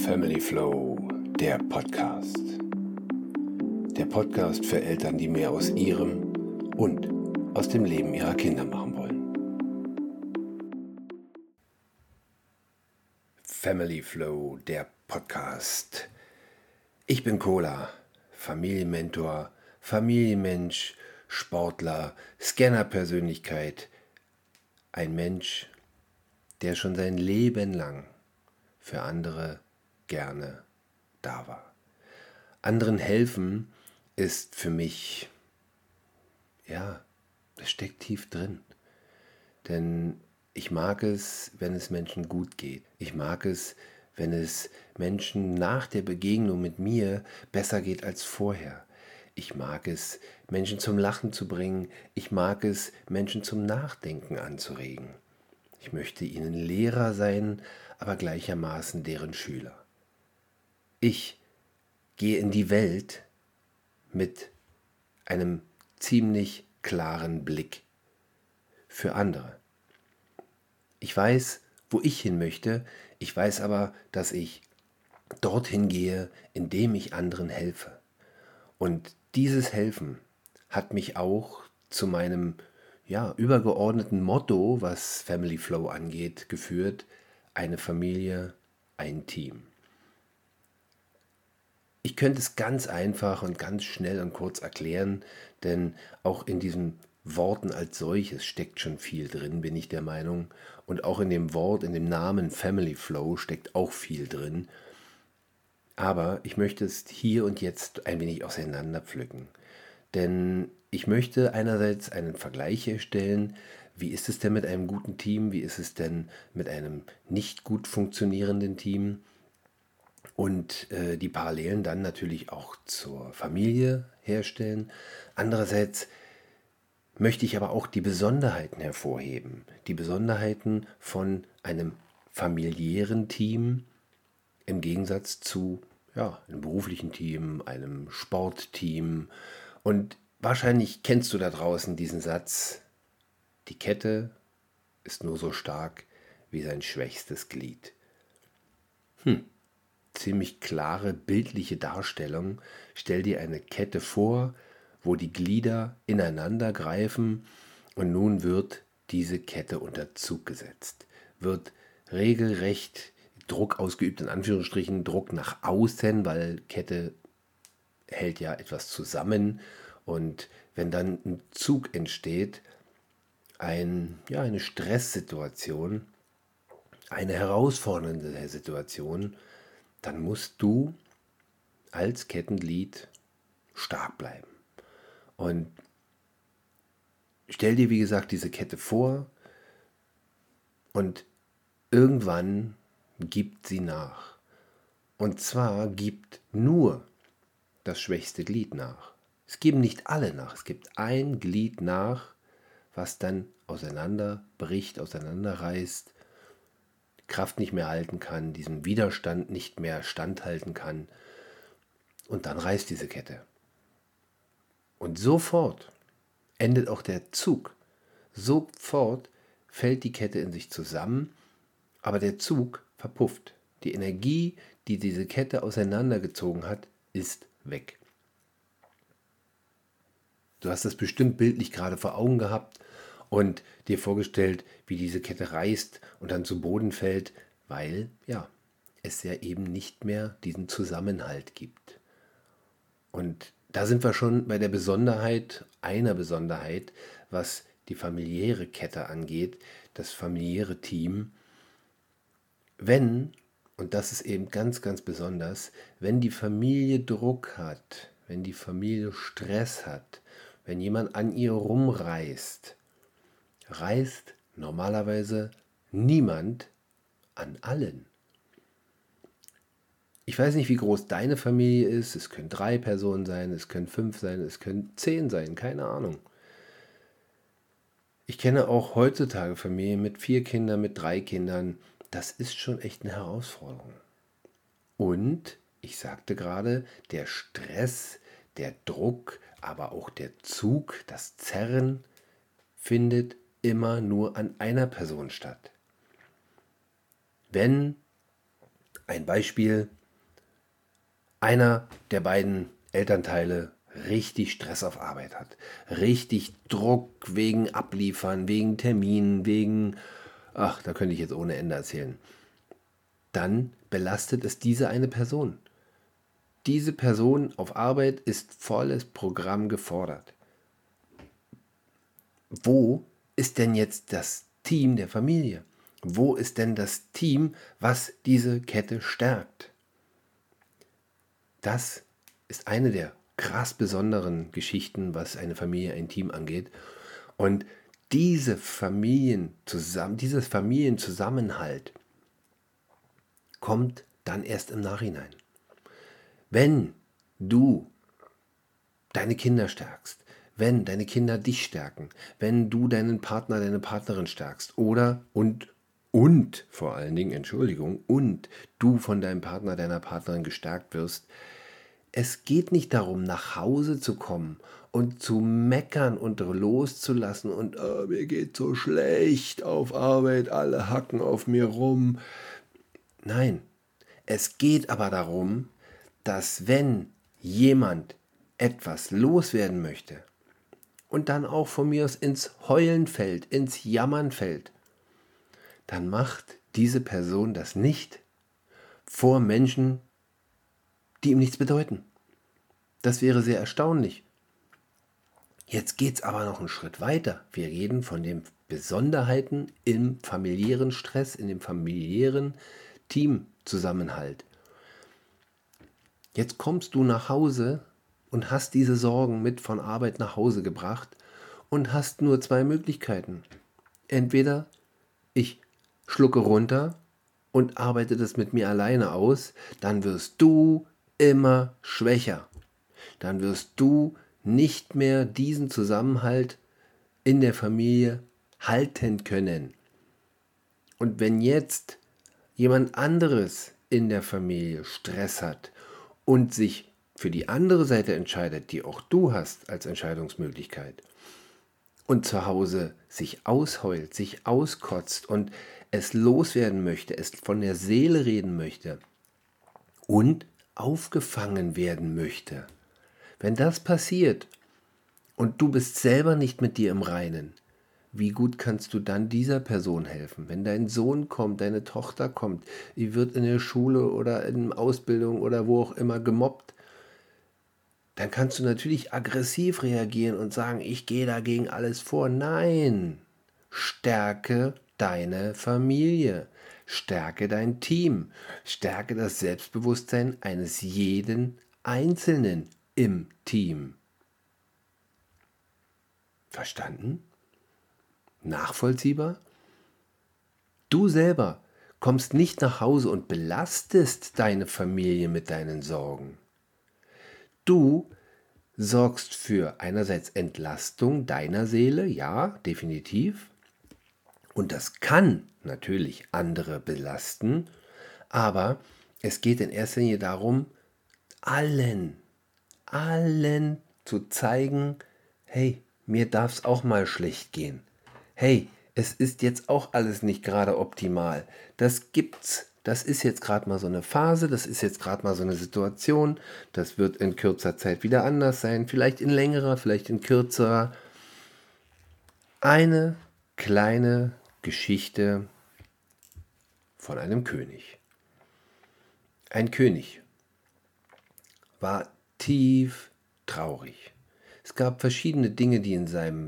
Family Flow, der Podcast. Der Podcast für Eltern, die mehr aus ihrem und aus dem Leben ihrer Kinder machen wollen. Family Flow, der Podcast. Ich bin Cola, Familienmentor, Familienmensch, Sportler, Scannerpersönlichkeit. Ein Mensch, der schon sein Leben lang für andere gerne da war. Anderen helfen ist für mich, das steckt tief drin. Denn ich mag es, wenn es Menschen gut geht. Ich mag es, wenn es Menschen nach der Begegnung mit mir besser geht als vorher. Ich mag es, Menschen zum Lachen zu bringen. Ich mag es, Menschen zum Nachdenken anzuregen. Ich möchte ihnen Lehrer sein, aber gleichermaßen deren Schüler. Ich gehe in die Welt mit einem ziemlich klaren Blick für andere. Ich weiß, wo ich hin möchte, ich weiß aber, dass ich dorthin gehe, indem ich anderen helfe. Und dieses Helfen hat mich auch zu meinem übergeordneten Motto, was Family Flow angeht, geführt: eine Familie, ein Team. Ich könnte es ganz einfach und ganz schnell und kurz erklären, denn auch in diesen Worten als solches steckt schon viel drin, bin ich der Meinung. Und auch in dem Wort, in dem Namen Family Flow steckt auch viel drin. Aber ich möchte es hier und jetzt ein wenig auseinanderpflücken. Denn ich möchte einerseits einen Vergleich herstellen, wie ist es denn mit einem guten Team, wie ist es denn mit einem nicht gut funktionierenden Team, und die Parallelen dann natürlich auch zur Familie herstellen. Andererseits möchte ich aber auch die Besonderheiten hervorheben, die Besonderheiten von einem familiären Team im Gegensatz zu einem beruflichen Team, einem Sportteam. Und wahrscheinlich kennst du da draußen diesen Satz: die Kette ist nur so stark wie sein schwächstes Glied. Ziemlich klare bildliche Darstellung. Stell dir eine Kette vor, wo die Glieder ineinander greifen, und nun wird diese Kette unter Zug gesetzt. Wird regelrecht Druck ausgeübt, in Anführungsstrichen Druck nach außen, weil Kette hält ja etwas zusammen. Und wenn dann ein Zug entsteht, eine Stresssituation, eine herausfordernde Situation, dann musst du als Kettenglied stark bleiben. Und stell dir, wie gesagt, diese Kette vor, und irgendwann gibt sie nach. Und zwar gibt nur das schwächste Glied nach. Es geben nicht alle nach. Es gibt ein Glied nach, was dann auseinanderbricht, auseinanderreißt, Kraft nicht mehr halten kann, diesem Widerstand nicht mehr standhalten kann, und dann reißt diese Kette. Und sofort endet auch der Zug. Sofort fällt die Kette in sich zusammen, aber der Zug verpufft. Die Energie, die diese Kette auseinandergezogen hat, ist weg. Du hast das bestimmt bildlich gerade vor Augen gehabt und dir vorgestellt, wie diese Kette reißt und dann zu Boden fällt, weil es ja eben nicht mehr diesen Zusammenhalt gibt. Und da sind wir schon bei der Besonderheit, einer Besonderheit, was die familiäre Kette angeht, das familiäre Team. Und das ist eben ganz, ganz besonders, wenn die Familie Druck hat, wenn die Familie Stress hat, wenn jemand an ihr rumreißt, reißt normalerweise niemand an allen. Ich weiß nicht, wie groß deine Familie ist. Es können 3 Personen sein, es können 5 sein, es können 10 sein, keine Ahnung. Ich kenne auch heutzutage Familien mit 4 Kindern, mit 3 Kindern. Das ist schon echt eine Herausforderung. Und ich sagte gerade, der Stress, der Druck, aber auch der Zug, das Zerren findet immer nur an einer Person statt. Wenn Ein Beispiel: einer der beiden Elternteile richtig Stress auf Arbeit hat, richtig Druck wegen Abliefern, wegen Terminen, ach, da könnte ich jetzt ohne Ende erzählen. Dann belastet es diese eine Person. Diese Person auf Arbeit ist volles Programm gefordert. Wo ist denn jetzt das Team der Familie? Wo ist denn das Team, was diese Kette stärkt? Das ist eine der krass besonderen Geschichten, was eine Familie, ein Team angeht. Und dieses Familienzusammenhalt kommt dann erst im Nachhinein. Wenn du deine Kinder stärkst, wenn deine Kinder dich stärken, wenn du deinen Partner, deine Partnerin stärkst und vor allen Dingen, Entschuldigung, und du von deinem Partner, deiner Partnerin gestärkt wirst, es geht nicht darum, nach Hause zu kommen und zu meckern und loszulassen und mir geht so schlecht auf Arbeit, alle hacken auf mir rum. Nein, es geht aber darum, dass wenn jemand etwas loswerden möchte und dann auch von mir aus ins Heulen fällt, ins Jammern fällt, dann macht diese Person das nicht vor Menschen, die ihm nichts bedeuten. Das wäre sehr erstaunlich. Jetzt geht es aber noch einen Schritt weiter. Wir reden von den Besonderheiten im familiären Stress, in dem familiären Teamzusammenhalt. Jetzt kommst du nach Hause und hast diese Sorgen mit von Arbeit nach Hause gebracht und hast nur zwei Möglichkeiten. Entweder ich schlucke runter und arbeite das mit mir alleine aus, dann wirst du immer schwächer. Dann wirst du nicht mehr diesen Zusammenhalt in der Familie halten können. Und wenn jetzt jemand anderes in der Familie Stress hat und sich für die andere Seite entscheidet, die auch du hast als Entscheidungsmöglichkeit, und zu Hause sich ausheult, sich auskotzt und es loswerden möchte, es von der Seele reden möchte und aufgefangen werden möchte. Wenn das passiert und du bist selber nicht mit dir im Reinen, wie gut kannst du dann dieser Person helfen? Wenn dein Sohn kommt, deine Tochter kommt, die wird in der Schule oder in der Ausbildung oder wo auch immer gemobbt, dann kannst du natürlich aggressiv reagieren und sagen, ich gehe dagegen alles vor. Nein, stärke deine Familie, stärke dein Team, stärke das Selbstbewusstsein eines jeden Einzelnen im Team. Verstanden? Nachvollziehbar? Du selber kommst nicht nach Hause und belastest deine Familie mit deinen Sorgen. Du sorgst für einerseits Entlastung deiner Seele, ja, definitiv. Und das kann natürlich andere belasten, aber es geht in erster Linie darum, allen zu zeigen, hey, mir darf es auch mal schlecht gehen. Hey, es ist jetzt auch alles nicht gerade optimal. Das gibt's. Das ist jetzt gerade mal so eine Phase, das ist jetzt gerade mal so eine Situation. Das wird in kürzer Zeit wieder anders sein, vielleicht in längerer, vielleicht in kürzerer. Eine kleine Geschichte von einem König. Ein König war tief traurig. Es gab verschiedene Dinge, die in seinem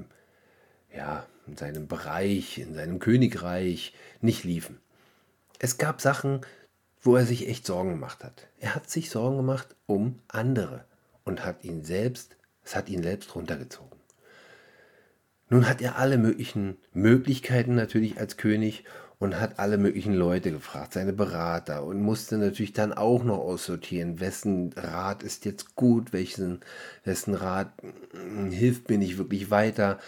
Bereich, in seinem Königreich nicht liefen. Es gab Sachen, wo er sich echt Sorgen gemacht hat. Er hat sich Sorgen gemacht um andere und es hat ihn selbst runtergezogen. Nun hat er alle möglichen Möglichkeiten natürlich als König und hat alle möglichen Leute gefragt, seine Berater, und musste natürlich dann auch noch aussortieren, wessen Rat ist jetzt gut, wessen Rat hilft mir nicht wirklich weiter.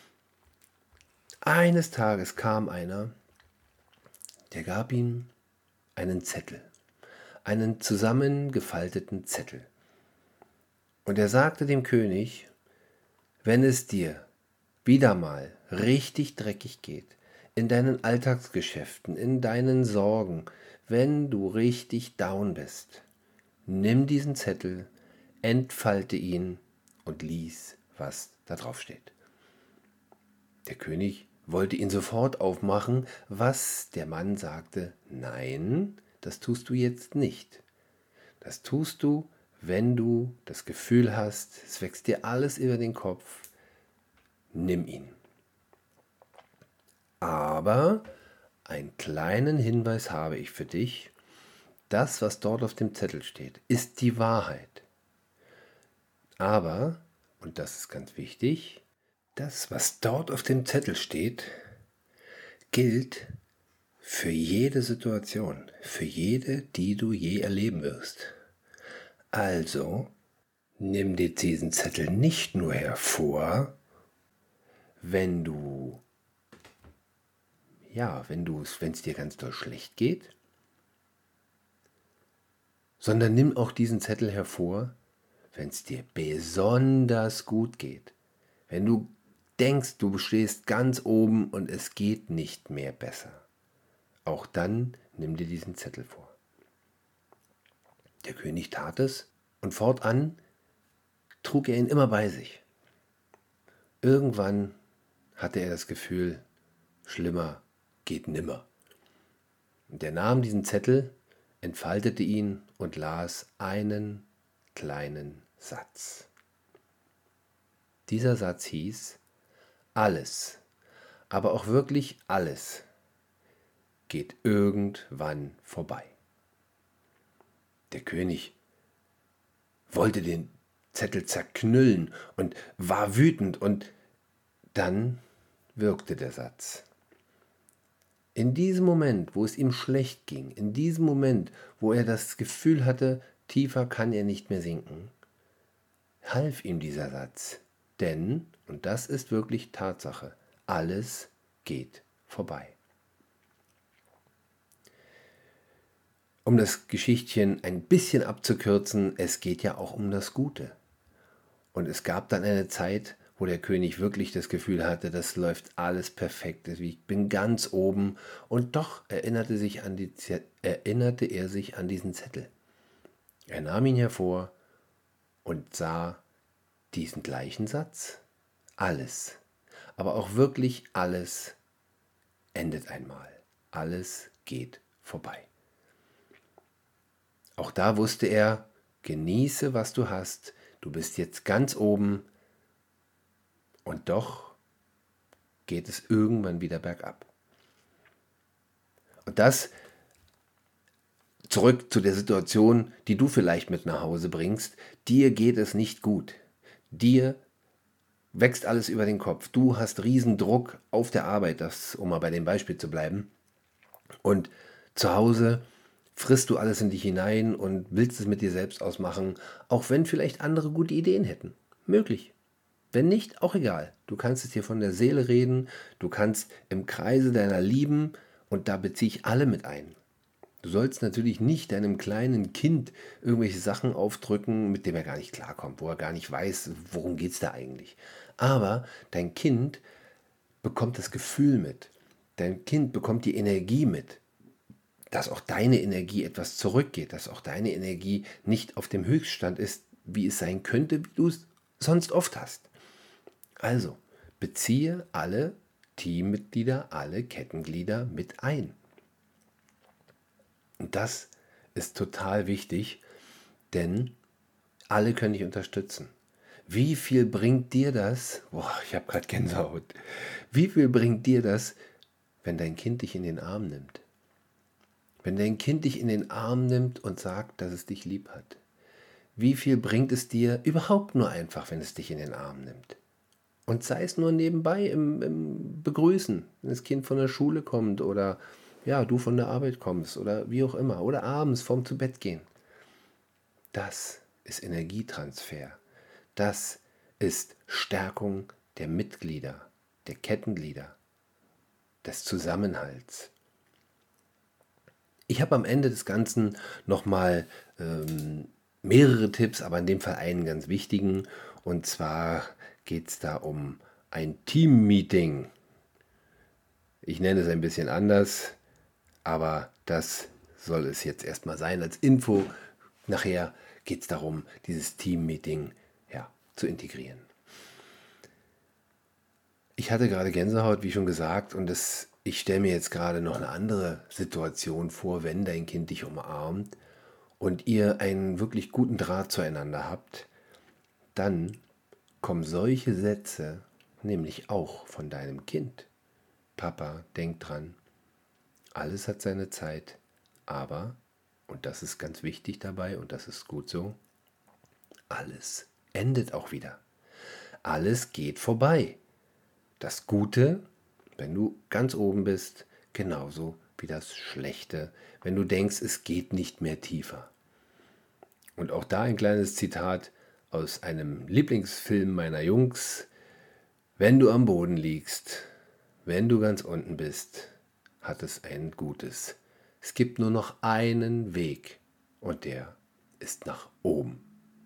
Eines Tages kam einer, der gab ihm einen Zettel, einen zusammengefalteten Zettel. Und er sagte dem König, wenn es dir wieder mal richtig dreckig geht, in deinen Alltagsgeschäften, in deinen Sorgen, wenn du richtig down bist, nimm diesen Zettel, entfalte ihn und lies, was da drauf steht. Der König wollte ihn sofort aufmachen, was der Mann sagte: Nein, das tust du jetzt nicht. Das tust du, wenn du das Gefühl hast, es wächst dir alles über den Kopf. Nimm ihn. Aber einen kleinen Hinweis habe ich für dich. Das, was dort auf dem Zettel steht, ist die Wahrheit. Aber, und das ist ganz wichtig, das, was dort auf dem Zettel steht, gilt für jede Situation, für jede, die du je erleben wirst. Also, nimm dir diesen Zettel nicht nur hervor, wenn es dir ganz doll schlecht geht, sondern nimm auch diesen Zettel hervor, wenn es dir besonders gut geht. Wenn du denkst, du stehst ganz oben und es geht nicht mehr besser. Auch dann nimm dir diesen Zettel vor. Der König tat es und fortan trug er ihn immer bei sich. Irgendwann hatte er das Gefühl, schlimmer geht nimmer. Und er nahm diesen Zettel, entfaltete ihn und las einen kleinen Satz. Dieser Satz hieß: Alles, aber auch wirklich alles, geht irgendwann vorbei. Der König wollte den Zettel zerknüllen und war wütend, und dann wirkte der Satz. In diesem Moment, wo es ihm schlecht ging, in diesem Moment, wo er das Gefühl hatte, tiefer kann er nicht mehr sinken, half ihm dieser Satz. Denn, und das ist wirklich Tatsache, alles geht vorbei. Um das Geschichtchen ein bisschen abzukürzen, es geht ja auch um das Gute. Und es gab dann eine Zeit, wo der König wirklich das Gefühl hatte, das läuft alles perfekt, ich bin ganz oben, und doch erinnerte er sich an diesen Zettel. Er nahm ihn hervor und sah diesen gleichen Satz. Alles, aber auch wirklich alles endet einmal. Alles geht vorbei. Auch da wusste er, genieße, was du hast, du bist jetzt ganz oben, und doch geht es irgendwann wieder bergab. Und das zurück zu der Situation, die du vielleicht mit nach Hause bringst. Dir geht es nicht gut. Dir wächst alles über den Kopf. Du hast Riesendruck auf der Arbeit, um mal bei dem Beispiel zu bleiben. Und zu Hause frisst du alles in dich hinein und willst es mit dir selbst ausmachen, auch wenn vielleicht andere gute Ideen hätten. Möglich. Wenn nicht, auch egal. Du kannst es dir von der Seele reden, du kannst im Kreise deiner Lieben, und da beziehe ich alle mit ein. Du sollst natürlich nicht deinem kleinen Kind irgendwelche Sachen aufdrücken, mit dem er gar nicht klarkommt, wo er gar nicht weiß, worum geht es da eigentlich. Aber dein Kind bekommt das Gefühl mit. Dein Kind bekommt die Energie mit, dass auch deine Energie etwas zurückgeht, dass auch deine Energie nicht auf dem Höchststand ist, wie es sein könnte, wie du es sonst oft hast. Also, beziehe alle Teammitglieder, alle Kettenglieder mit ein. Und das ist total wichtig, denn alle können dich unterstützen. Wie viel bringt dir das? Boah, ich habe gerade Gänsehaut. Wie viel bringt dir das, wenn dein Kind dich in den Arm nimmt? Wenn dein Kind dich in den Arm nimmt und sagt, dass es dich lieb hat? Wie viel bringt es dir überhaupt nur einfach, wenn es dich in den Arm nimmt? Und sei es nur nebenbei im Begrüßen, wenn das Kind von der Schule kommt oder ja, du von der Arbeit kommst oder wie auch immer. Oder abends vorm Zubettgehen. Das ist Energietransfer. Das ist Stärkung der Mitglieder, der Kettenglieder, des Zusammenhalts. Ich habe am Ende des Ganzen nochmal mehrere Tipps, aber in dem Fall einen ganz wichtigen. Und zwar geht es da um ein Team-Meeting. Ich nenne es ein bisschen anders, aber das soll es jetzt erstmal sein als Info. Nachher geht es darum, dieses Team-Meeting zu integrieren. Ich hatte gerade Gänsehaut, wie schon gesagt, und ich stelle mir jetzt gerade noch eine andere Situation vor, wenn dein Kind dich umarmt und ihr einen wirklich guten Draht zueinander habt, dann kommen solche Sätze nämlich auch von deinem Kind. Papa, denk dran, alles hat seine Zeit, aber, und das ist ganz wichtig dabei und das ist gut so, alles endet auch wieder. Alles geht vorbei. Das Gute, wenn du ganz oben bist, genauso wie das Schlechte, wenn du denkst, es geht nicht mehr tiefer. Und auch da ein kleines Zitat aus einem Lieblingsfilm meiner Jungs. Wenn du am Boden liegst, wenn du ganz unten bist, hat es ein Gutes. Es gibt nur noch einen Weg und der ist nach oben.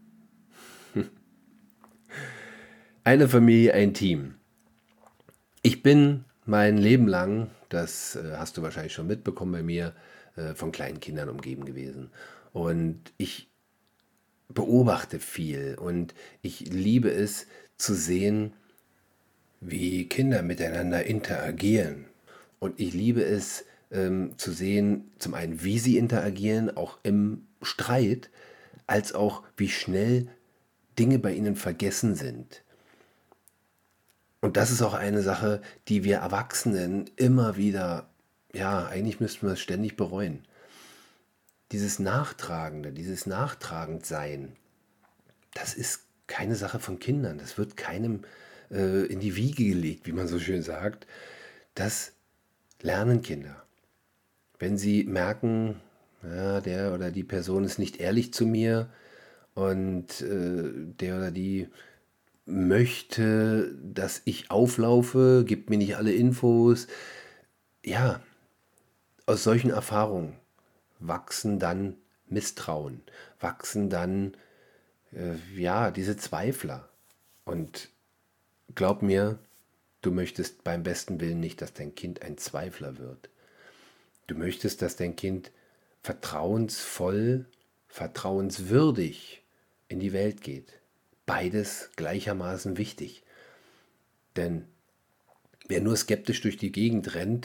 Eine Familie, ein Team. Ich bin mein Leben lang, das hast du wahrscheinlich schon mitbekommen bei mir, von kleinen Kindern umgeben gewesen. Und ich beobachte viel und ich liebe es zu sehen, wie Kinder miteinander interagieren. Und ich liebe es zu sehen, zum einen, wie sie interagieren, auch im Streit, als auch, wie schnell Dinge bei ihnen vergessen sind. Und das ist auch eine Sache, die wir Erwachsenen immer wieder, eigentlich müssten wir es ständig bereuen. Dieses Nachtragende, dieses Nachtragendsein, das ist keine Sache von Kindern. Das wird keinem in die Wiege gelegt, wie man so schön sagt. Das lernen Kinder. Wenn sie merken, der oder die Person ist nicht ehrlich zu mir und der oder die möchte, dass ich auflaufe, gibt mir nicht alle Infos. Ja, aus solchen Erfahrungen wachsen dann Misstrauen, wachsen dann diese Zweifler. Und glaub mir, du möchtest beim besten Willen nicht, dass dein Kind ein Zweifler wird. Du möchtest, dass dein Kind vertrauensvoll, vertrauenswürdig in die Welt geht. Beides gleichermaßen wichtig. Denn wer nur skeptisch durch die Gegend rennt,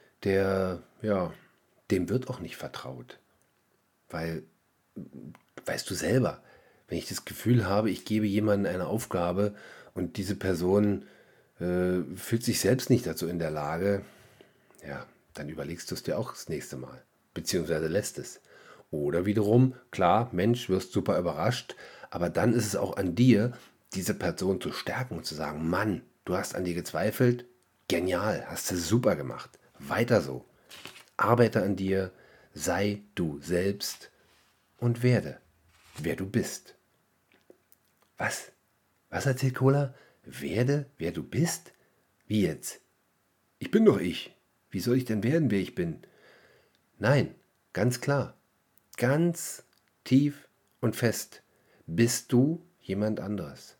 dem wird auch nicht vertraut. Weil, weißt du selber, wenn ich das Gefühl habe, ich gebe jemandem eine Aufgabe und diese Person fühlt sich selbst nicht dazu in der Lage, dann überlegst du es dir auch das nächste Mal, beziehungsweise lässt es. Oder wiederum, klar, Mensch, wirst super überrascht, aber dann ist es auch an dir, diese Person zu stärken und zu sagen, Mann, du hast an dir gezweifelt, genial, hast du super gemacht, weiter so. Arbeite an dir, sei du selbst und werde, wer du bist. Was? Was erzählt Cola? Werde, wer du bist? Wie jetzt? Ich bin doch ich. Wie soll ich denn werden, wer ich bin? Nein, ganz klar, ganz tief und fest bist du jemand anderes.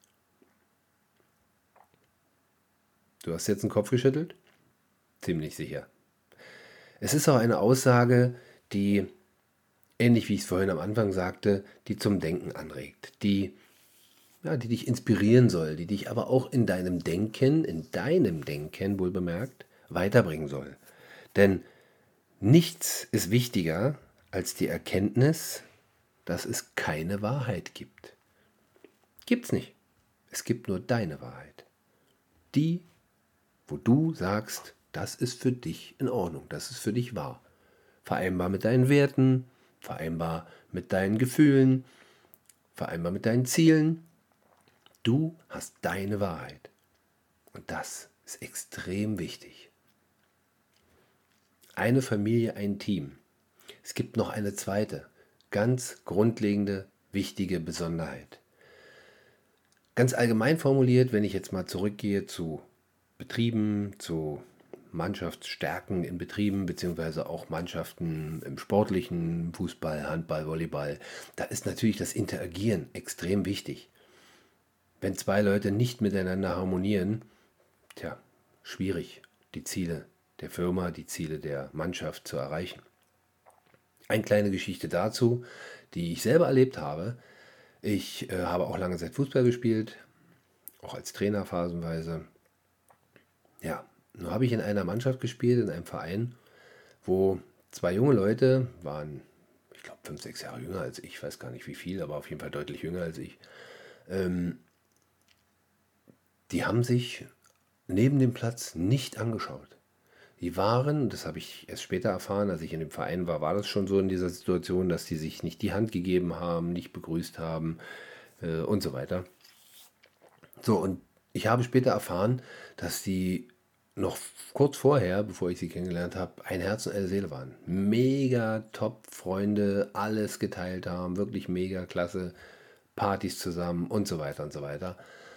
Du hast jetzt den Kopf geschüttelt? Ziemlich sicher. Es ist auch eine Aussage, die, ähnlich wie ich es vorhin am Anfang sagte, die zum Denken anregt, die dich inspirieren soll, die dich aber auch in deinem Denken wohlbemerkt, weiterbringen soll. Denn nichts ist wichtiger als die Erkenntnis, dass es keine Wahrheit gibt. Gibt's nicht. Es gibt nur deine Wahrheit. Die, wo du sagst, das ist für dich in Ordnung, das ist für dich wahr. Vereinbar mit deinen Werten, vereinbar mit deinen Gefühlen, vereinbar mit deinen Zielen. Du hast deine Wahrheit. Und das ist extrem wichtig. Eine Familie, ein Team. Es gibt noch eine zweite, ganz grundlegende, wichtige Besonderheit. Ganz allgemein formuliert, wenn ich jetzt mal zurückgehe zu Betrieben, zu Mannschaftsstärken in Betrieben, beziehungsweise auch Mannschaften im sportlichen, Fußball, Handball, Volleyball, da ist natürlich das Interagieren extrem wichtig. Wenn zwei Leute nicht miteinander harmonieren, schwierig, die Ziele der Firma, die Ziele der Mannschaft zu erreichen. Eine kleine Geschichte dazu, die ich selber erlebt habe. Ich habe auch lange Zeit Fußball gespielt, auch als Trainer phasenweise. Ja, nur habe ich in einer Mannschaft gespielt, in einem Verein, wo zwei junge Leute waren, ich glaube 5, 6 Jahre jünger als ich, weiß gar nicht wie viel, aber auf jeden Fall deutlich jünger als ich. Die haben sich neben dem Platz nicht angeschaut. Die waren, das habe ich erst später erfahren, als ich in dem Verein war, war das schon so in dieser Situation, dass die sich nicht die Hand gegeben haben, nicht begrüßt haben und so weiter. So, und ich habe später erfahren, dass die noch kurz vorher, bevor ich sie kennengelernt habe, ein Herz und eine Seele waren. Mega Top-Freunde, alles geteilt haben, wirklich mega klasse, Partys zusammen und so weiter und so weiter.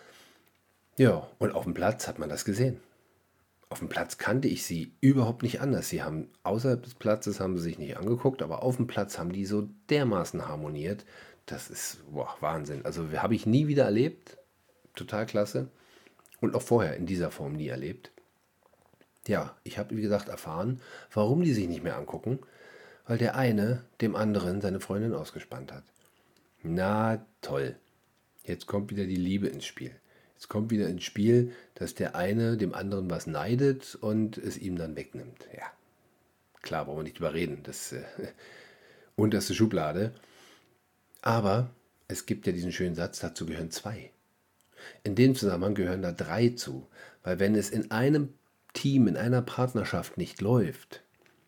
Ja, und auf dem Platz hat man das gesehen. Auf dem Platz kannte ich sie überhaupt nicht anders. Sie haben außerhalb des Platzes haben sie sich nicht angeguckt, aber auf dem Platz haben die so dermaßen harmoniert. Das ist Wahnsinn. Also habe ich nie wieder erlebt. Total klasse. Und auch vorher in dieser Form nie erlebt. Ja, ich habe, wie gesagt, erfahren, warum die sich nicht mehr angucken, weil der eine dem anderen seine Freundin ausgespannt hat. Na toll. Jetzt kommt wieder die Liebe ins Spiel. Jetzt kommt wieder ins Spiel, dass der eine dem anderen was neidet und es ihm dann wegnimmt. Ja, klar, brauchen wir nicht drüber reden. Das unterste Schublade. Aber es gibt ja diesen schönen Satz, dazu gehören zwei. In dem Zusammenhang gehören da drei zu. Weil wenn es in einem Team, in einer Partnerschaft nicht läuft,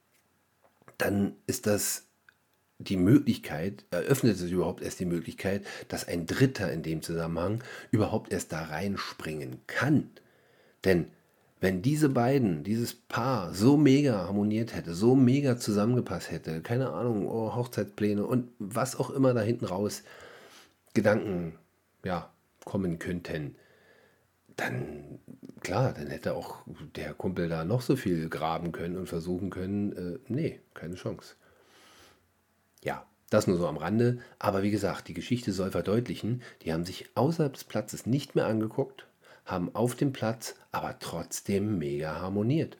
dann ist das die Möglichkeit, eröffnet es überhaupt erst die Möglichkeit, dass ein Dritter in dem Zusammenhang überhaupt erst da reinspringen kann. Denn wenn diese beiden, dieses Paar so mega harmoniert hätte, so mega zusammengepasst hätte, keine Ahnung, Hochzeitspläne und was auch immer da hinten raus Gedanken ja, kommen könnten, dann, klar, dann hätte auch der Kumpel da noch so viel graben können und versuchen können, nee, keine Chance. Ja, das nur so am Rande. Aber wie gesagt, die Geschichte soll verdeutlichen, die haben sich außerhalb des Platzes nicht mehr angeguckt, haben auf dem Platz aber trotzdem mega harmoniert.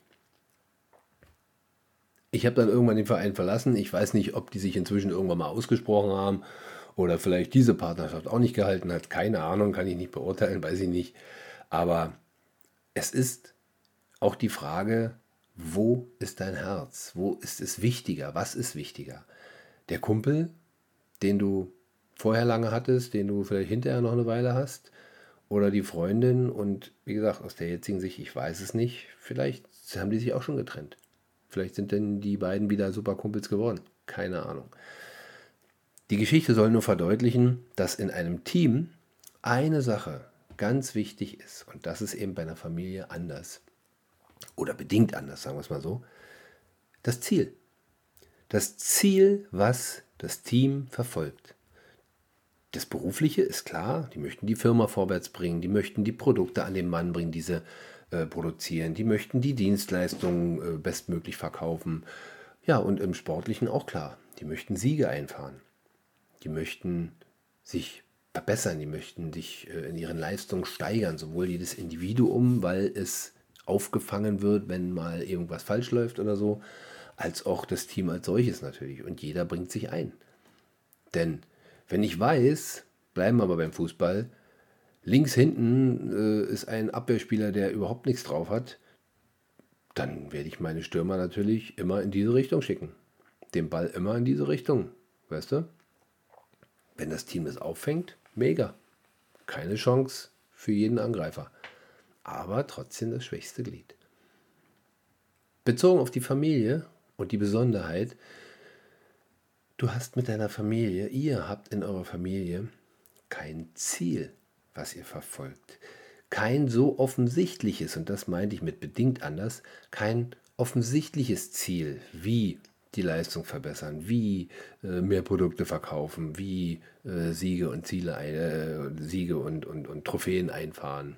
Ich habe dann irgendwann den Verein verlassen. Ich weiß nicht, ob die sich inzwischen irgendwann mal ausgesprochen haben oder vielleicht diese Partnerschaft auch nicht gehalten hat. Keine Ahnung, kann ich nicht beurteilen, weiß ich nicht. Aber es ist auch die Frage, wo ist dein Herz? Wo ist es wichtiger? Was ist wichtiger? Der Kumpel, den du vorher lange hattest, den du vielleicht hinterher noch eine Weile hast, oder die Freundin? Und wie gesagt, aus der jetzigen Sicht, ich weiß es nicht, vielleicht haben die sich auch schon getrennt. Vielleicht sind denn die beiden wieder super Kumpels geworden. Keine Ahnung. Die Geschichte soll nur verdeutlichen, dass in einem Team eine Sache ganz wichtig ist. Und das ist eben bei einer Familie anders. Oder bedingt anders, sagen wir es mal so. Das Ziel. Das Ziel, was das Team verfolgt. Das Berufliche ist klar, die möchten die Firma vorwärts bringen, die möchten die Produkte an den Mann bringen, diese produzieren, die möchten die Dienstleistungen bestmöglich verkaufen. Ja, und im Sportlichen auch klar, die möchten Siege einfahren, die möchten sich verbessern, die möchten sich in ihren Leistungen steigern, sowohl jedes Individuum, weil es aufgefangen wird, wenn mal irgendwas falsch läuft oder so, als auch das Team als solches natürlich. Und jeder bringt sich ein. Denn wenn ich weiß, bleiben wir aber beim Fußball, links hinten ist ein Abwehrspieler, der überhaupt nichts drauf hat, dann werde ich meine Stürmer natürlich immer in diese Richtung schicken. Den Ball immer in diese Richtung. Weißt du? Wenn das Team das auffängt, mega. Keine Chance für jeden Angreifer. Aber trotzdem das schwächste Glied. Bezogen auf die Familie und die Besonderheit, du hast mit deiner Familie, ihr habt in eurer Familie kein Ziel, was ihr verfolgt. Kein so offensichtliches, und das meinte ich mit bedingt anders, kein offensichtliches Ziel, wie die Leistung verbessern, wie mehr Produkte verkaufen, wie Siege und Siege und Trophäen einfahren.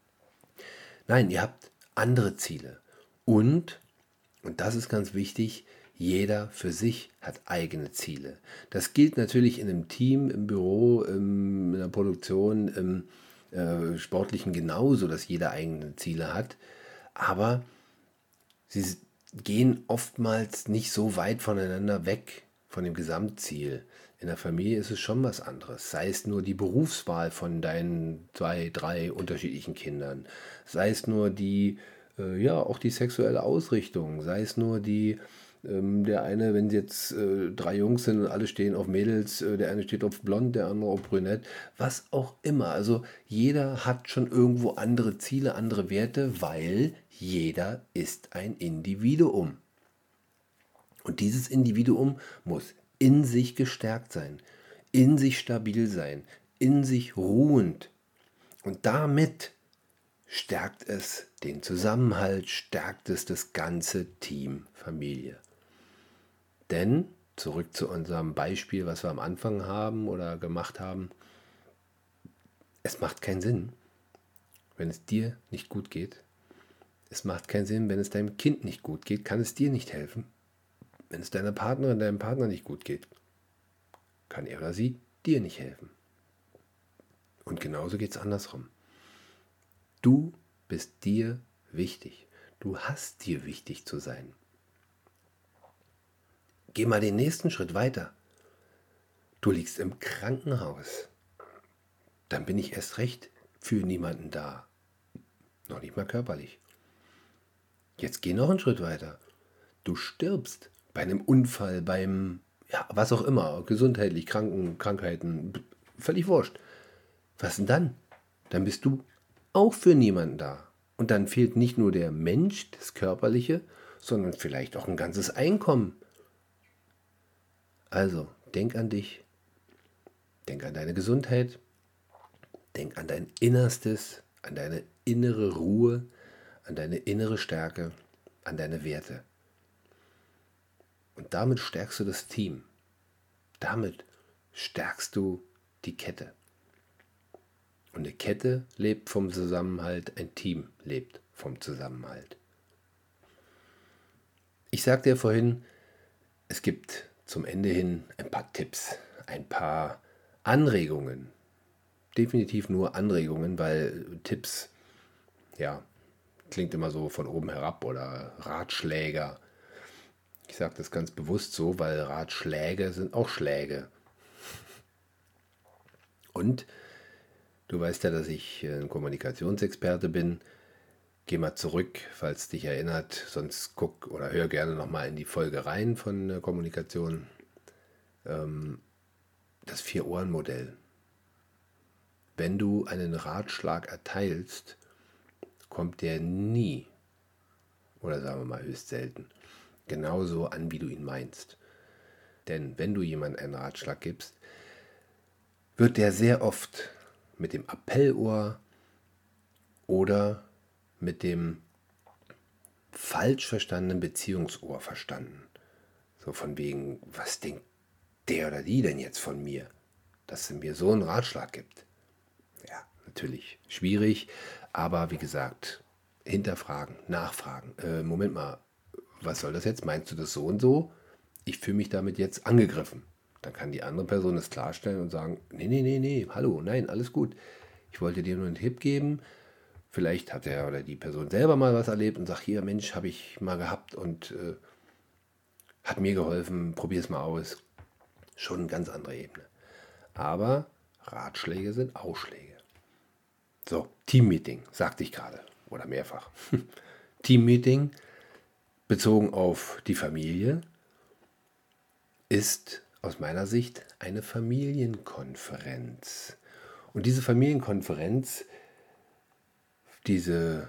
Nein, ihr habt andere Ziele. Und das ist ganz wichtig, jeder für sich hat eigene Ziele. Das gilt natürlich in einem Team, im Büro, in der Produktion, im Sportlichen genauso, dass jeder eigene Ziele hat. Aber sie gehen oftmals nicht so weit voneinander weg, von dem Gesamtziel. In der Familie ist es schon was anderes. Sei es nur die Berufswahl von deinen 2, 3 unterschiedlichen Kindern, sei es nur auch die sexuelle Ausrichtung, sei es nur der eine, wenn jetzt 3 Jungs sind und alle stehen auf Mädels, der eine steht auf blond, der andere auf brünett, was auch immer. Also jeder hat schon irgendwo andere Ziele, andere Werte, weil jeder ist ein Individuum. Und dieses Individuum muss in sich gestärkt sein, in sich stabil sein, in sich ruhend. Und damit stärkt es den Zusammenhalt, stärkt es das ganze Team Familie. Denn, zurück zu unserem Beispiel, was wir am Anfang haben oder gemacht haben, es macht keinen Sinn, wenn es dir nicht gut geht. Es macht keinen Sinn, wenn es deinem Kind nicht gut geht, kann es dir nicht helfen. Wenn es deiner Partnerin, deinem Partner nicht gut geht, kann er oder sie dir nicht helfen. Und genauso geht es andersrum. Du bist dir wichtig. Du hast dir wichtig zu sein. Geh mal den nächsten Schritt weiter. Du liegst im Krankenhaus. Dann bin ich erst recht für niemanden da. Noch nicht mal körperlich. Jetzt geh noch einen Schritt weiter. Du stirbst bei einem Unfall, was auch immer, gesundheitlich, Krankheiten, völlig wurscht. Was denn dann? Dann bist du auch für niemanden da. Und dann fehlt nicht nur der Mensch, das Körperliche, sondern vielleicht auch ein ganzes Einkommen. Also, denk an dich, denk an deine Gesundheit, denk an dein Innerstes, an deine innere Ruhe, an deine innere Stärke, an deine Werte. Und damit stärkst du das Team. Damit stärkst du die Kette. Und eine Kette lebt vom Zusammenhalt, ein Team lebt vom Zusammenhalt. Ich sagte ja vorhin, es gibt zum Ende hin ein paar Tipps, ein paar Anregungen. Definitiv nur Anregungen, weil Tipps, klingt immer so von oben herab oder Ratschläger. Ich sage das ganz bewusst so, weil Ratschläge sind auch Schläge. Und du weißt ja, dass ich ein Kommunikationsexperte bin. Geh mal zurück, falls dich erinnert, sonst guck oder hör gerne nochmal in die Folge rein von Kommunikation. Das 4-Ohren-Modell. Wenn du einen Ratschlag erteilst, kommt der nie, oder sagen wir mal höchst selten, genauso an, wie du ihn meinst. Denn wenn du jemandem einen Ratschlag gibst, wird der sehr oft mit dem Appellohr oder mit dem falsch verstandenen Beziehungsohr verstanden. So von wegen, was denkt der oder die denn jetzt von mir, dass es mir so einen Ratschlag gibt? Ja, natürlich schwierig, aber wie gesagt, hinterfragen, nachfragen. Moment mal, was soll das jetzt? Meinst du das so und so? Ich fühle mich damit jetzt angegriffen. Dann kann die andere Person es klarstellen und sagen, nee, hallo, nein, alles gut. Ich wollte dir nur einen Tipp geben. Vielleicht hat er oder die Person selber mal was erlebt und sagt, hier, Mensch, habe ich mal gehabt und hat mir geholfen, probier es mal aus. Schon eine ganz andere Ebene. Aber Ratschläge sind Ausschläge. So, Teammeeting, sagte ich gerade oder mehrfach. Teammeeting bezogen auf die Familie ist aus meiner Sicht eine Familienkonferenz. Und diese Familienkonferenz, diese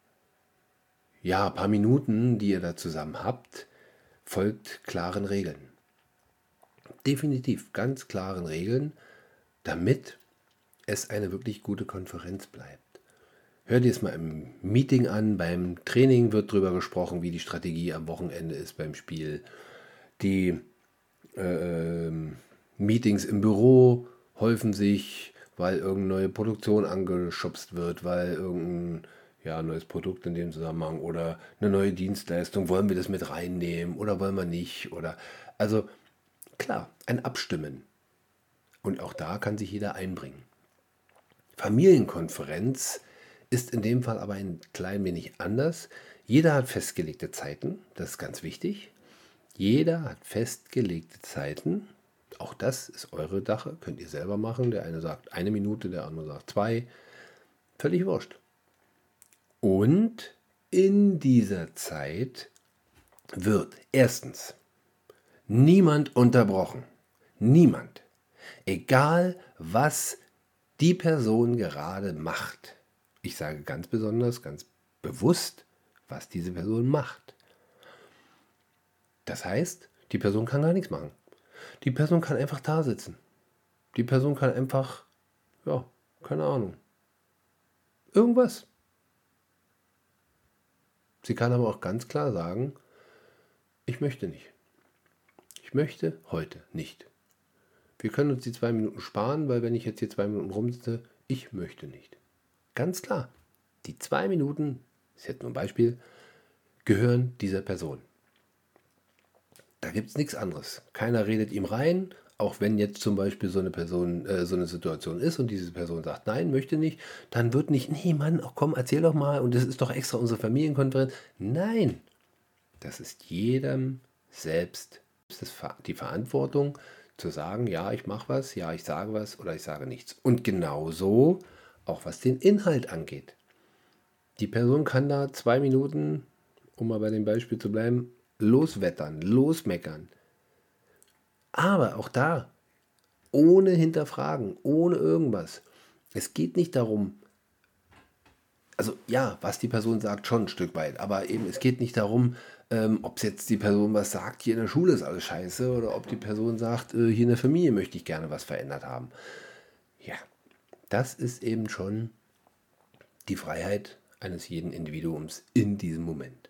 paar Minuten, die ihr da zusammen habt, folgt klaren Regeln. Definitiv ganz klaren Regeln, damit es eine wirklich gute Konferenz bleibt. Hör dir es mal im Meeting an, beim Training wird drüber gesprochen, wie die Strategie am Wochenende ist beim Spiel. Die Meetings im Büro häufen sich, weil irgendeine neue Produktion angeschubst wird, weil irgendein neues Produkt in dem Zusammenhang oder eine neue Dienstleistung, wollen wir das mit reinnehmen oder wollen wir nicht? Also klar, ein Abstimmen. Und auch da kann sich jeder einbringen. Familienkonferenz ist in dem Fall aber ein klein wenig anders. Jeder hat festgelegte Zeiten, das ist ganz wichtig. Jeder hat festgelegte Zeiten. Auch das ist eure Sache, könnt ihr selber machen. Der eine sagt 1 Minute, der andere sagt 2. Völlig wurscht. Und in dieser Zeit wird erstens niemand unterbrochen. Niemand. Egal, was die Person gerade macht. Ich sage ganz besonders, ganz bewusst, was diese Person macht. Das heißt, die Person kann gar nichts machen. Die Person kann einfach da sitzen. Die Person kann einfach, ja, keine Ahnung, irgendwas. Sie kann aber auch ganz klar sagen, ich möchte nicht. Ich möchte heute nicht. Wir können uns die 2 Minuten sparen, weil wenn ich jetzt hier 2 Minuten rumsitze, ich möchte nicht. Ganz klar, die 2 Minuten, das ist jetzt nur ein Beispiel, gehören dieser Person. Da gibt es nichts anderes. Keiner redet ihm rein, auch wenn jetzt zum Beispiel so eine Person, so eine Situation ist und diese Person sagt, nein, möchte nicht, dann wird nicht, nee Mann, ach komm, erzähl doch mal und das ist doch extra unsere Familienkonferenz. Nein, das ist jedem selbst die Verantwortung zu sagen, ja, ich mache was, ja, ich sage was oder ich sage nichts. Und genauso auch was den Inhalt angeht. Die Person kann da 2 Minuten, um mal bei dem Beispiel zu bleiben, loswettern, losmeckern. Aber auch da, ohne hinterfragen, ohne irgendwas. Es geht nicht darum, also ja, was die Person sagt, schon ein Stück weit, aber eben es geht nicht darum, ob jetzt die Person was sagt, hier in der Schule ist alles scheiße, oder ob die Person sagt, hier in der Familie möchte ich gerne was verändert haben. Ja, das ist eben schon die Freiheit eines jeden Individuums in diesem Moment.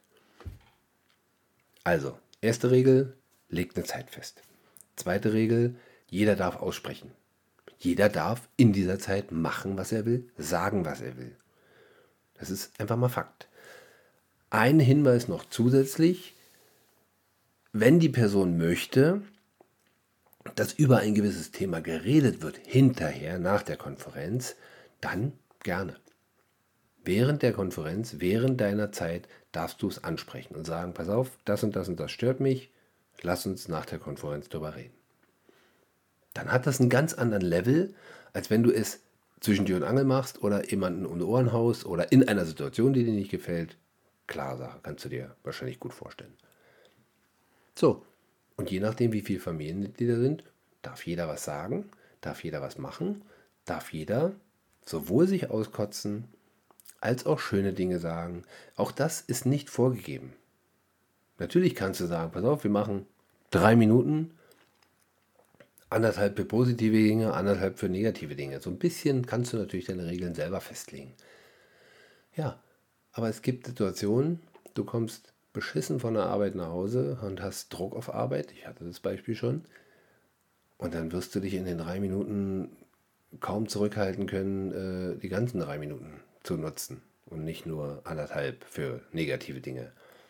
Also, erste Regel, legt eine Zeit fest. Zweite Regel, jeder darf aussprechen. Jeder darf in dieser Zeit machen, was er will, sagen, was er will. Das ist einfach mal Fakt. Ein Hinweis noch zusätzlich, wenn die Person möchte, dass über ein gewisses Thema geredet wird, hinterher, nach der Konferenz, dann gerne. Während der Konferenz, während deiner Zeit darfst du es ansprechen und sagen, pass auf, das und das und das stört mich, lass uns nach der Konferenz darüber reden. Dann hat das einen ganz anderen Level, als wenn du es zwischen Tür und Angel machst oder jemanden um die Ohren haust oder in einer Situation, die dir nicht gefällt. Klare Sache, kannst du dir wahrscheinlich gut vorstellen. So, und je nachdem, wie viele Familienmitglieder sind, darf jeder was sagen, darf jeder was machen, darf jeder sowohl sich auskotzen, als auch schöne Dinge sagen. Auch das ist nicht vorgegeben. Natürlich kannst du sagen, pass auf, wir machen 3 Minuten, 1,5 für positive Dinge, 1,5 für negative Dinge. So ein bisschen kannst du natürlich deine Regeln selber festlegen. Ja, aber es gibt Situationen, du kommst beschissen von der Arbeit nach Hause und hast Druck auf Arbeit. Ich hatte das Beispiel schon. Und dann wirst du dich in den 3 Minuten kaum zurückhalten können, die ganzen 3 Minuten zu nutzen und nicht nur 1,5 für negative Dinge.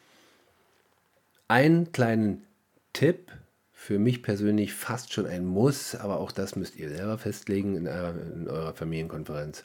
Einen kleinen Tipp, für mich persönlich fast schon ein Muss, aber auch das müsst ihr selber festlegen in eurer Familienkonferenz.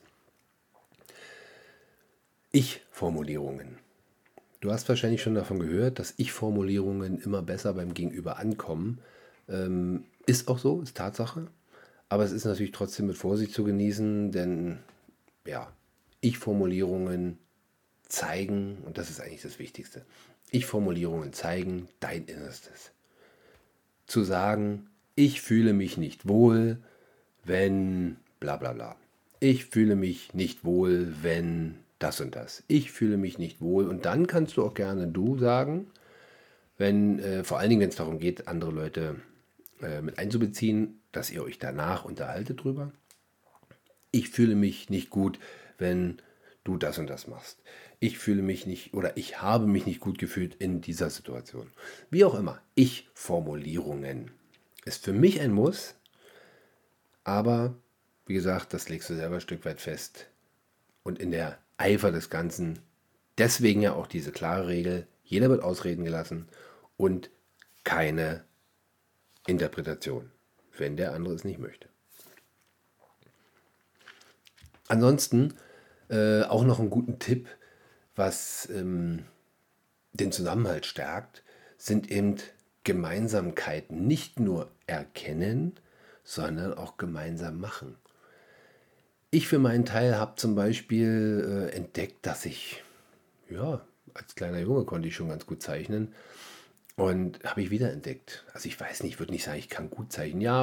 Ich-Formulierungen. Du hast wahrscheinlich schon davon gehört, dass Ich-Formulierungen immer besser beim Gegenüber ankommen. Ist auch so, ist Tatsache. Aber es ist natürlich trotzdem mit Vorsicht zu genießen, denn ja, Ich-Formulierungen zeigen, und das ist eigentlich das Wichtigste, Ich-Formulierungen zeigen dein Innerstes. Zu sagen, ich fühle mich nicht wohl, wenn bla bla bla. Ich fühle mich nicht wohl, wenn das und das. Ich fühle mich nicht wohl. Und dann kannst du auch gerne du sagen, wenn, vor allen Dingen, wenn es darum geht, andere Leute mit einzubeziehen, dass ihr euch danach unterhaltet drüber. Ich fühle mich nicht gut, wenn du das und das machst. Ich fühle mich nicht oder ich habe mich nicht gut gefühlt in dieser Situation. Wie auch immer, Ich-Formulierungen ist für mich ein Muss, aber wie gesagt, das legst du selber ein Stück weit fest. Und in der Eifer des Ganzen, deswegen ja auch diese klare Regel, jeder wird ausreden gelassen und keine Interpretation, wenn der andere es nicht möchte. Ansonsten auch noch einen guten Tipp, was den Zusammenhalt stärkt, sind eben Gemeinsamkeiten. Nicht nur erkennen, sondern auch gemeinsam machen. Ich für meinen Teil habe zum Beispiel entdeckt, dass ich, ja, als kleiner Junge konnte ich schon ganz gut zeichnen und habe ich wiederentdeckt. Also ich weiß nicht, ich würde nicht sagen, ich kann gut zeichnen. Ja,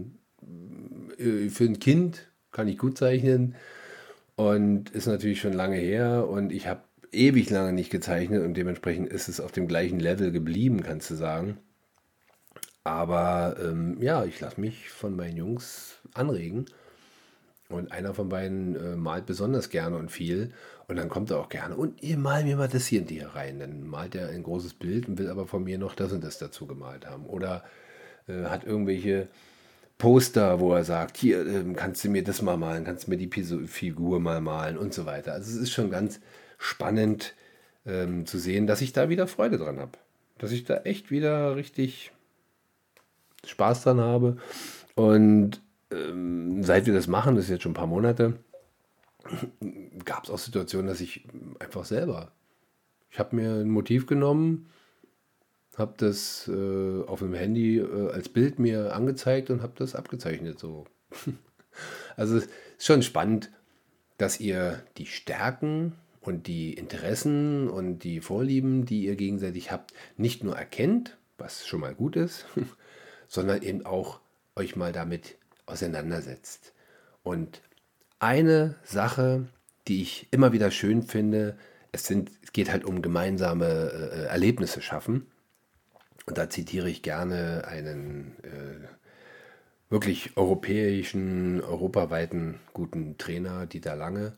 für ein Kind kann ich gut zeichnen und ist natürlich schon lange her und ich habe ewig lange nicht gezeichnet und dementsprechend ist es auf dem gleichen Level geblieben, kannst du sagen. Aber ja, ich lasse mich von meinen Jungs anregen. Und einer von beiden malt besonders gerne und viel. Und dann kommt er auch gerne. Und ihr malt mir mal das hier und die hier rein. Dann malt er ein großes Bild und will aber von mir noch das und das dazu gemalt haben. Oder hat irgendwelche Poster, wo er sagt, hier kannst du mir das mal malen, kannst du mir die Figur mal malen und so weiter. Also es ist schon ganz spannend zu sehen, dass ich da wieder Freude dran habe. Dass ich da echt wieder richtig Spaß dran habe. Und seit wir das machen, das ist jetzt schon ein paar Monate, gab es auch Situationen, dass ich einfach selber, ich habe mir ein Motiv genommen, habe das auf dem Handy als Bild mir angezeigt und habe das abgezeichnet. So. Also es ist schon spannend, dass ihr die Stärken und die Interessen und die Vorlieben, die ihr gegenseitig habt, nicht nur erkennt, was schon mal gut ist, sondern eben auch euch mal damit auseinandersetzt. Und eine Sache, die ich immer wieder schön finde, es geht halt um gemeinsame Erlebnisse schaffen. Und da zitiere ich gerne einen wirklich europäischen, europaweiten guten Trainer, Dieter Lange.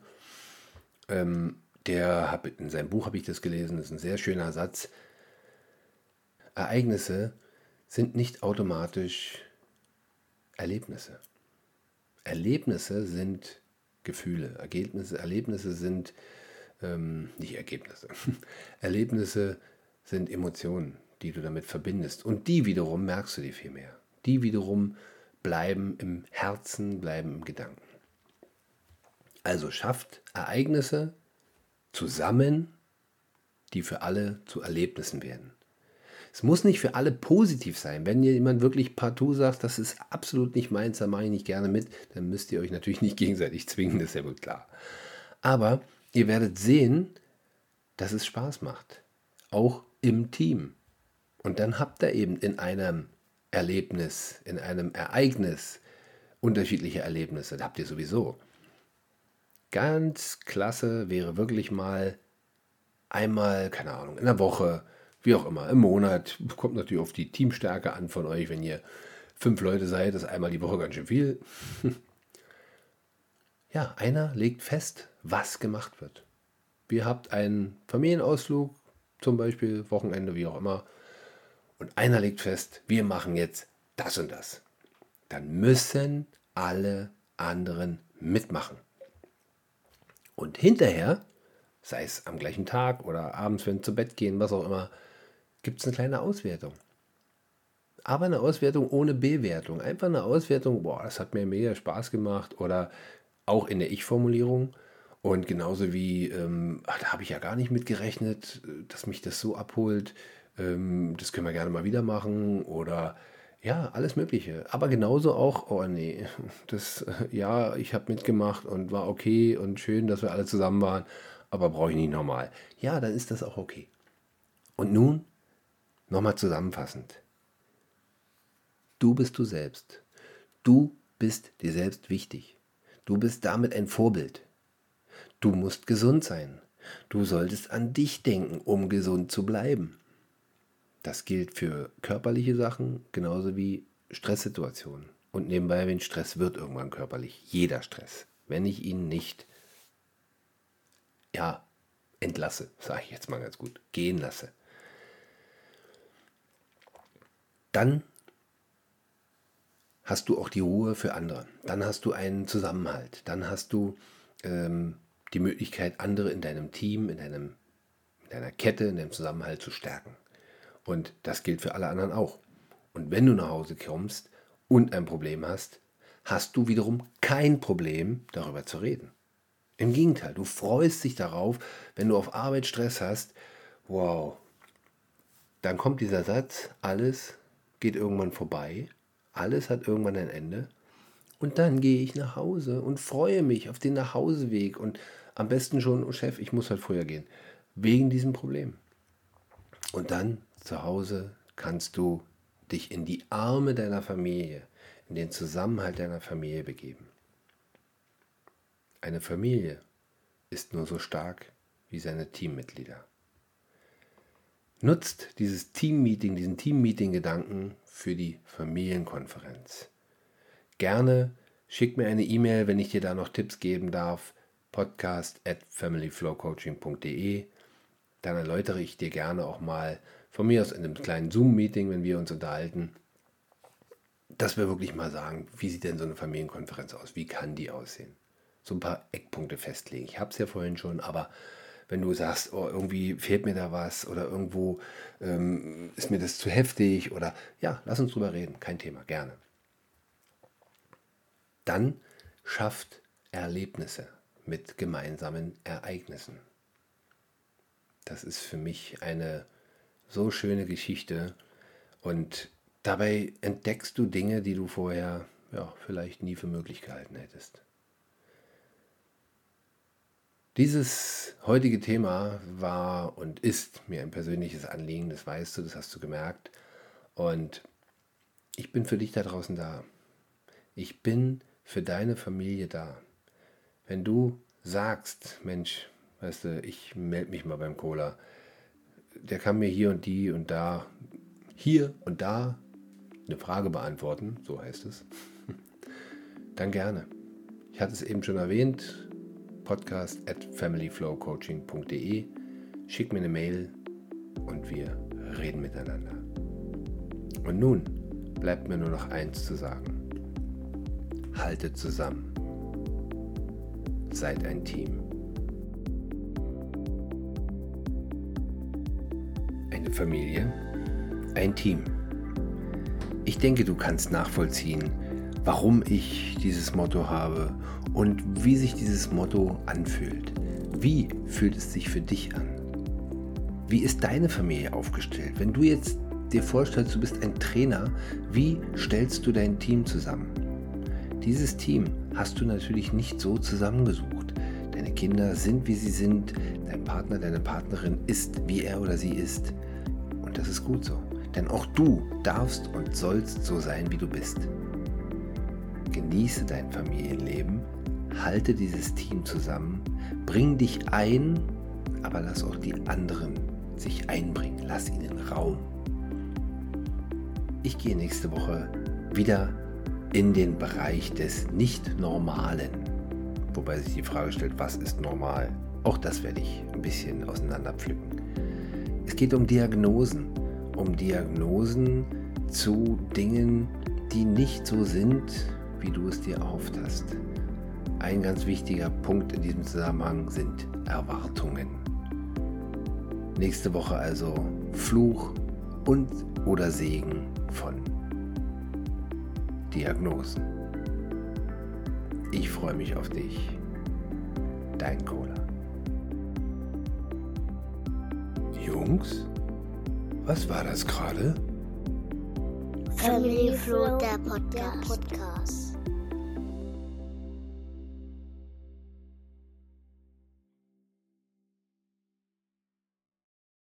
In seinem Buch habe ich das gelesen, das ist ein sehr schöner Satz. Ereignisse sind nicht automatisch Erlebnisse. Erlebnisse sind Gefühle. Erlebnisse sind nicht Ergebnisse. Erlebnisse sind Emotionen, die du damit verbindest. Und die wiederum merkst du dir viel mehr. Die wiederum bleiben im Herzen, bleiben im Gedanken. Also schafft Ereignisse zusammen, die für alle zu Erlebnissen werden. Es muss nicht für alle positiv sein. Wenn jemand wirklich partout sagt, das ist absolut nicht meins, da mache ich nicht gerne mit, dann müsst ihr euch natürlich nicht gegenseitig zwingen, das ist ja wohl klar. Aber ihr werdet sehen, dass es Spaß macht. Auch im Team. Und dann habt ihr eben in einem Erlebnis, in einem Ereignis unterschiedliche Erlebnisse. Das habt ihr sowieso. Ganz klasse wäre wirklich mal einmal, keine Ahnung, in der Woche, wie auch immer, im Monat, kommt natürlich auf die Teamstärke an von euch, wenn ihr 5 Leute seid, ist einmal die Woche ganz schön viel. Ja, einer legt fest, was gemacht wird. Ihr habt einen Familienausflug, zum Beispiel Wochenende, wie auch immer, und einer legt fest, wir machen jetzt das und das. Dann müssen alle anderen mitmachen. Und hinterher, sei es am gleichen Tag oder abends, wenn zu Bett gehen, was auch immer, gibt es eine kleine Auswertung. Aber eine Auswertung ohne Bewertung. Einfach eine Auswertung, boah, das hat mir mega Spaß gemacht. Oder auch in der Ich-Formulierung. Und genauso wie, da habe ich ja gar nicht mit gerechnet, dass mich das so abholt. Das können wir gerne mal wieder machen. Oder ja, alles Mögliche. Aber genauso auch, oh nee, ja, ich habe mitgemacht und war okay und schön, dass wir alle zusammen waren. Aber brauche ich nicht nochmal. Ja, dann ist das auch okay. Und nun nochmal zusammenfassend. Du bist du selbst. Du bist dir selbst wichtig. Du bist damit ein Vorbild. Du musst gesund sein. Du solltest an dich denken, um gesund zu bleiben. Das gilt für körperliche Sachen genauso wie Stresssituationen. Und nebenbei, wenn Stress wird irgendwann körperlich. Jeder Stress. Wenn ich ihn nicht, ja, entlasse, sage ich jetzt mal ganz gut, gehen lasse. Dann hast du auch die Ruhe für andere. Dann hast du einen Zusammenhalt. Dann hast du die Möglichkeit, andere in deinem Team, in deiner Kette, in deinem Zusammenhalt zu stärken. Und das gilt für alle anderen auch. Und wenn du nach Hause kommst und ein Problem hast, hast du wiederum kein Problem, darüber zu reden. Im Gegenteil, du freust dich darauf, wenn du auf Arbeit Stress hast. Wow, dann kommt dieser Satz, alles geht irgendwann vorbei, alles hat irgendwann ein Ende und dann gehe ich nach Hause und freue mich auf den Nachhauseweg und am besten schon, oh Chef, ich muss heute früher gehen, wegen diesem Problem. Und dann zu Hause kannst du dich in die Arme deiner Familie, in den Zusammenhalt deiner Familie begeben. Eine Familie ist nur so stark wie seine Teammitglieder. Nutzt dieses Teammeeting, diesen Teammeeting-Gedanken für die Familienkonferenz. Gerne schick mir eine E-Mail, wenn ich dir da noch Tipps geben darf, podcast@familyflowcoaching.de. Dann erläutere ich dir gerne auch mal von mir aus in einem kleinen Zoom-Meeting, wenn wir uns unterhalten, dass wir wirklich mal sagen, wie sieht denn so eine Familienkonferenz aus? Wie kann die aussehen? So ein paar Eckpunkte festlegen. Ich habe es ja vorhin schon, aber wenn du sagst, oh, irgendwie fehlt mir da was oder irgendwo ist mir das zu heftig oder ja, lass uns drüber reden, kein Thema, gerne. Dann schafft Erlebnisse mit gemeinsamen Ereignissen. Das ist für mich eine so schöne Geschichte und dabei entdeckst du Dinge, die du vorher vielleicht nie für möglich gehalten hättest. Dieses heutige Thema war und ist mir ein persönliches Anliegen, das weißt du, das hast du gemerkt. Und ich bin für dich da draußen da. Ich bin für deine Familie da. Wenn du sagst, Mensch, weißt du, ich melde mich mal beim Cola, der kann mir hier und die und da, hier und da eine Frage beantworten, so heißt es, dann gerne. Ich hatte es eben schon erwähnt, podcast@familyflowcoaching.de. Schick mir eine Mail und wir reden miteinander. Und nun bleibt mir nur noch eins zu sagen. Haltet zusammen. Seid ein Team. Eine Familie, ein Team. Ich denke, du kannst nachvollziehen, warum ich dieses Motto habe und wie sich dieses Motto anfühlt. Wie fühlt es sich für dich an? Wie ist deine Familie aufgestellt? Wenn du jetzt dir vorstellst, du bist ein Trainer, wie stellst du dein Team zusammen? Dieses Team hast du natürlich nicht so zusammengesucht. Deine Kinder sind, wie sie sind. Dein Partner, deine Partnerin ist, wie er oder sie ist. Und das ist gut so. Denn auch du darfst und sollst so sein, wie du bist. Genieße dein Familienleben, halte dieses Team zusammen, bring dich ein, aber lass auch die anderen sich einbringen, lass ihnen Raum. Ich gehe nächste Woche wieder in den Bereich des Nicht-Normalen, wobei sich die Frage stellt, was ist normal? Auch das werde ich ein bisschen auseinanderpflücken. Es geht um Diagnosen zu Dingen, die nicht so sind, wie du es dir erhofft hast. Ein ganz wichtiger Punkt in diesem Zusammenhang sind Erwartungen. Nächste Woche also Fluch und oder Segen von Diagnosen. Ich freue mich auf dich. Dein Cola. Jungs, was war das gerade? Family Flow, der Podcast.